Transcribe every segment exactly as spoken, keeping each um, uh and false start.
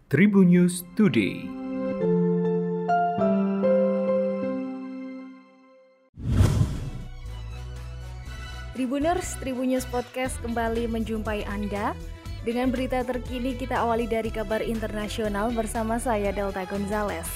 Tribun News Today. Tribuners, Tribun News Podcast kembali menjumpai Anda. Dengan berita terkini kita awali dari kabar internasional bersama saya Delta Gonzales.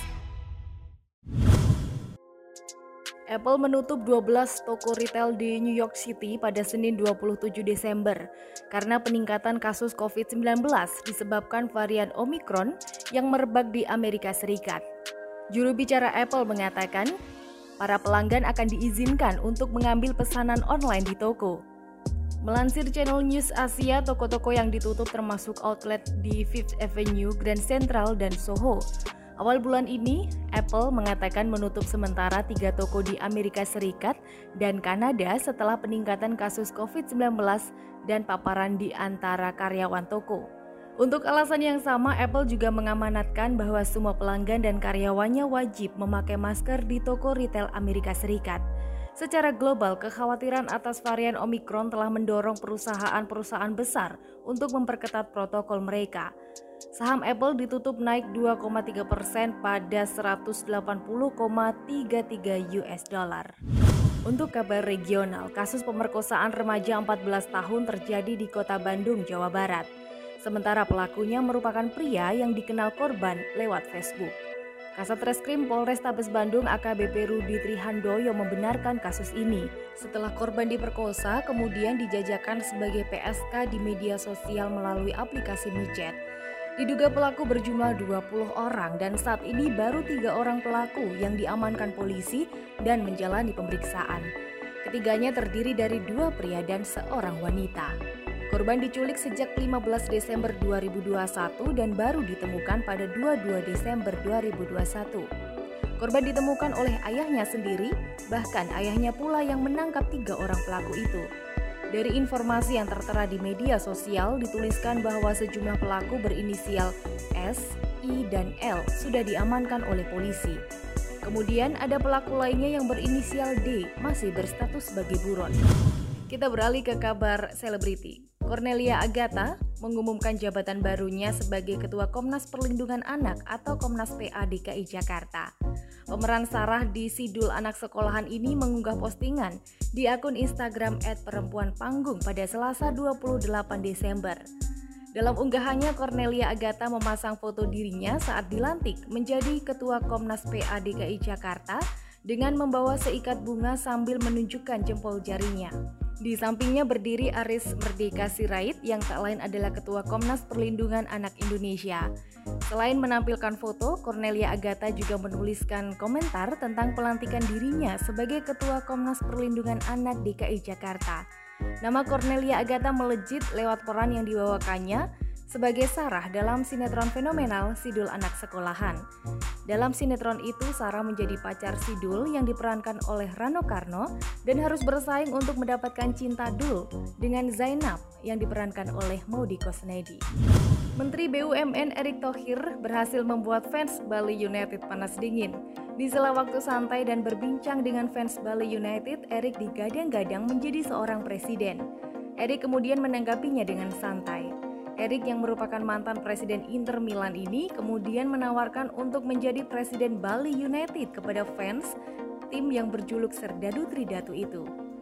Apple menutup dua belas toko retail di New York City pada Senin dua puluh tujuh Desember karena peningkatan kasus covid sembilan belas disebabkan varian Omicron yang merebak di Amerika Serikat. Juru bicara Apple mengatakan, para pelanggan akan diizinkan untuk mengambil pesanan online di toko. Melansir Channel News Asia, toko-toko yang ditutup termasuk outlet di Fifth Avenue, Grand Central, dan Soho. Awal bulan ini, Apple mengatakan menutup sementara tiga toko di Amerika Serikat dan Kanada setelah peningkatan kasus covid sembilan belas dan paparan di antara karyawan toko. Untuk alasan yang sama, Apple juga mengamanatkan bahwa semua pelanggan dan karyawannya wajib memakai masker di toko retail Amerika Serikat. Secara global, kekhawatiran atas varian Omicron telah mendorong perusahaan-perusahaan besar untuk memperketat protokol mereka. Saham Apple ditutup naik dua koma tiga persen pada seratus delapan puluh koma tiga tiga U S dollar. Untuk kabar regional, kasus pemerkosaan remaja empat belas tahun terjadi di Kota Bandung, Jawa Barat. Sementara pelakunya merupakan pria yang dikenal korban lewat Facebook. Kasat Reskrim Polrestabes Bandung A K B P Rudi Trihandoyo membenarkan kasus ini. Setelah korban diperkosa, kemudian dijajakan sebagai P S K di media sosial melalui aplikasi micet. Diduga pelaku berjumlah dua puluh orang dan saat ini baru tiga orang pelaku yang diamankan polisi dan menjalani pemeriksaan. Ketiganya terdiri dari dua pria dan seorang wanita. Korban diculik sejak lima belas Desember dua ribu dua puluh satu dan baru ditemukan pada dua puluh dua Desember dua ribu dua puluh satu. Korban ditemukan oleh ayahnya sendiri, bahkan ayahnya pula yang menangkap tiga orang pelaku itu. Dari informasi yang tertera di media sosial dituliskan bahwa sejumlah pelaku berinisial S, I, dan L sudah diamankan oleh polisi. Kemudian ada pelaku lainnya yang berinisial D masih berstatus sebagai buron. Kita beralih ke kabar selebriti. Cornelia Agatha mengumumkan jabatan barunya sebagai Ketua Komnas Perlindungan Anak atau Komnas P A D K I Jakarta. Pemeran Sarah di Sidul Anak Sekolahan ini mengunggah postingan di akun Instagram et perempuan panggung pada Selasa dua puluh delapan Desember. Dalam unggahannya, Cornelia Agatha memasang foto dirinya saat dilantik menjadi Ketua Komnas P A D K I Jakarta dengan membawa seikat bunga sambil menunjukkan jempol jarinya. Di sampingnya berdiri Aris Merdeka Sirait yang tak lain adalah Ketua Komnas Perlindungan Anak Indonesia. Selain menampilkan foto, Cornelia Agatha juga menuliskan komentar tentang pelantikan dirinya sebagai Ketua Komnas Perlindungan Anak D K I Jakarta. Nama Cornelia Agatha melejit lewat peran yang dibawakannya sebagai Sarah dalam sinetron fenomenal Sidul Anak Sekolahan. Dalam sinetron itu, Sarah menjadi pacar Sidul yang diperankan oleh Rano Karno dan harus bersaing untuk mendapatkan cinta Dul dengan Zainab yang diperankan oleh Maudy Kosnedi. Menteri B U M N Erick Thohir berhasil membuat fans Bali United panas dingin. Di sela waktu santai dan berbincang dengan fans Bali United, Erick digadang-gadang menjadi seorang presiden. Erick kemudian menanggapinya dengan santai. Erick yang merupakan mantan presiden Inter Milan ini kemudian menawarkan untuk menjadi presiden Bali United kepada fans tim yang berjuluk Serdadu Tridatu itu.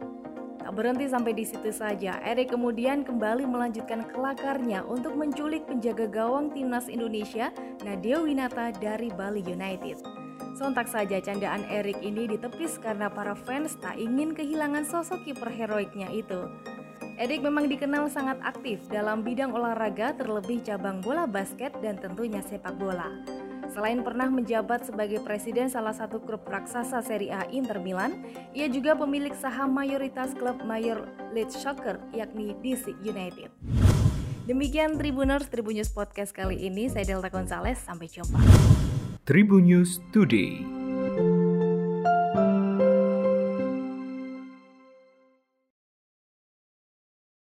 Tak berhenti sampai di situ saja, Erick kemudian kembali melanjutkan kelakarnya untuk menculik penjaga gawang timnas Indonesia Nadia Winata dari Bali United. Sontak saja candaan Erick ini ditepis karena para fans tak ingin kehilangan sosok kiper heroiknya itu. Erick memang dikenal sangat aktif dalam bidang olahraga, terlebih cabang bola basket dan tentunya sepak bola. Selain pernah menjabat sebagai presiden salah satu klub raksasa Serie A Inter Milan, ia juga pemilik saham mayoritas klub Major League Soccer yakni D C United. Demikian Tribuners Tribun News Podcast kali ini, saya Delta Gonzales, sampai jumpa. Tribun News Today.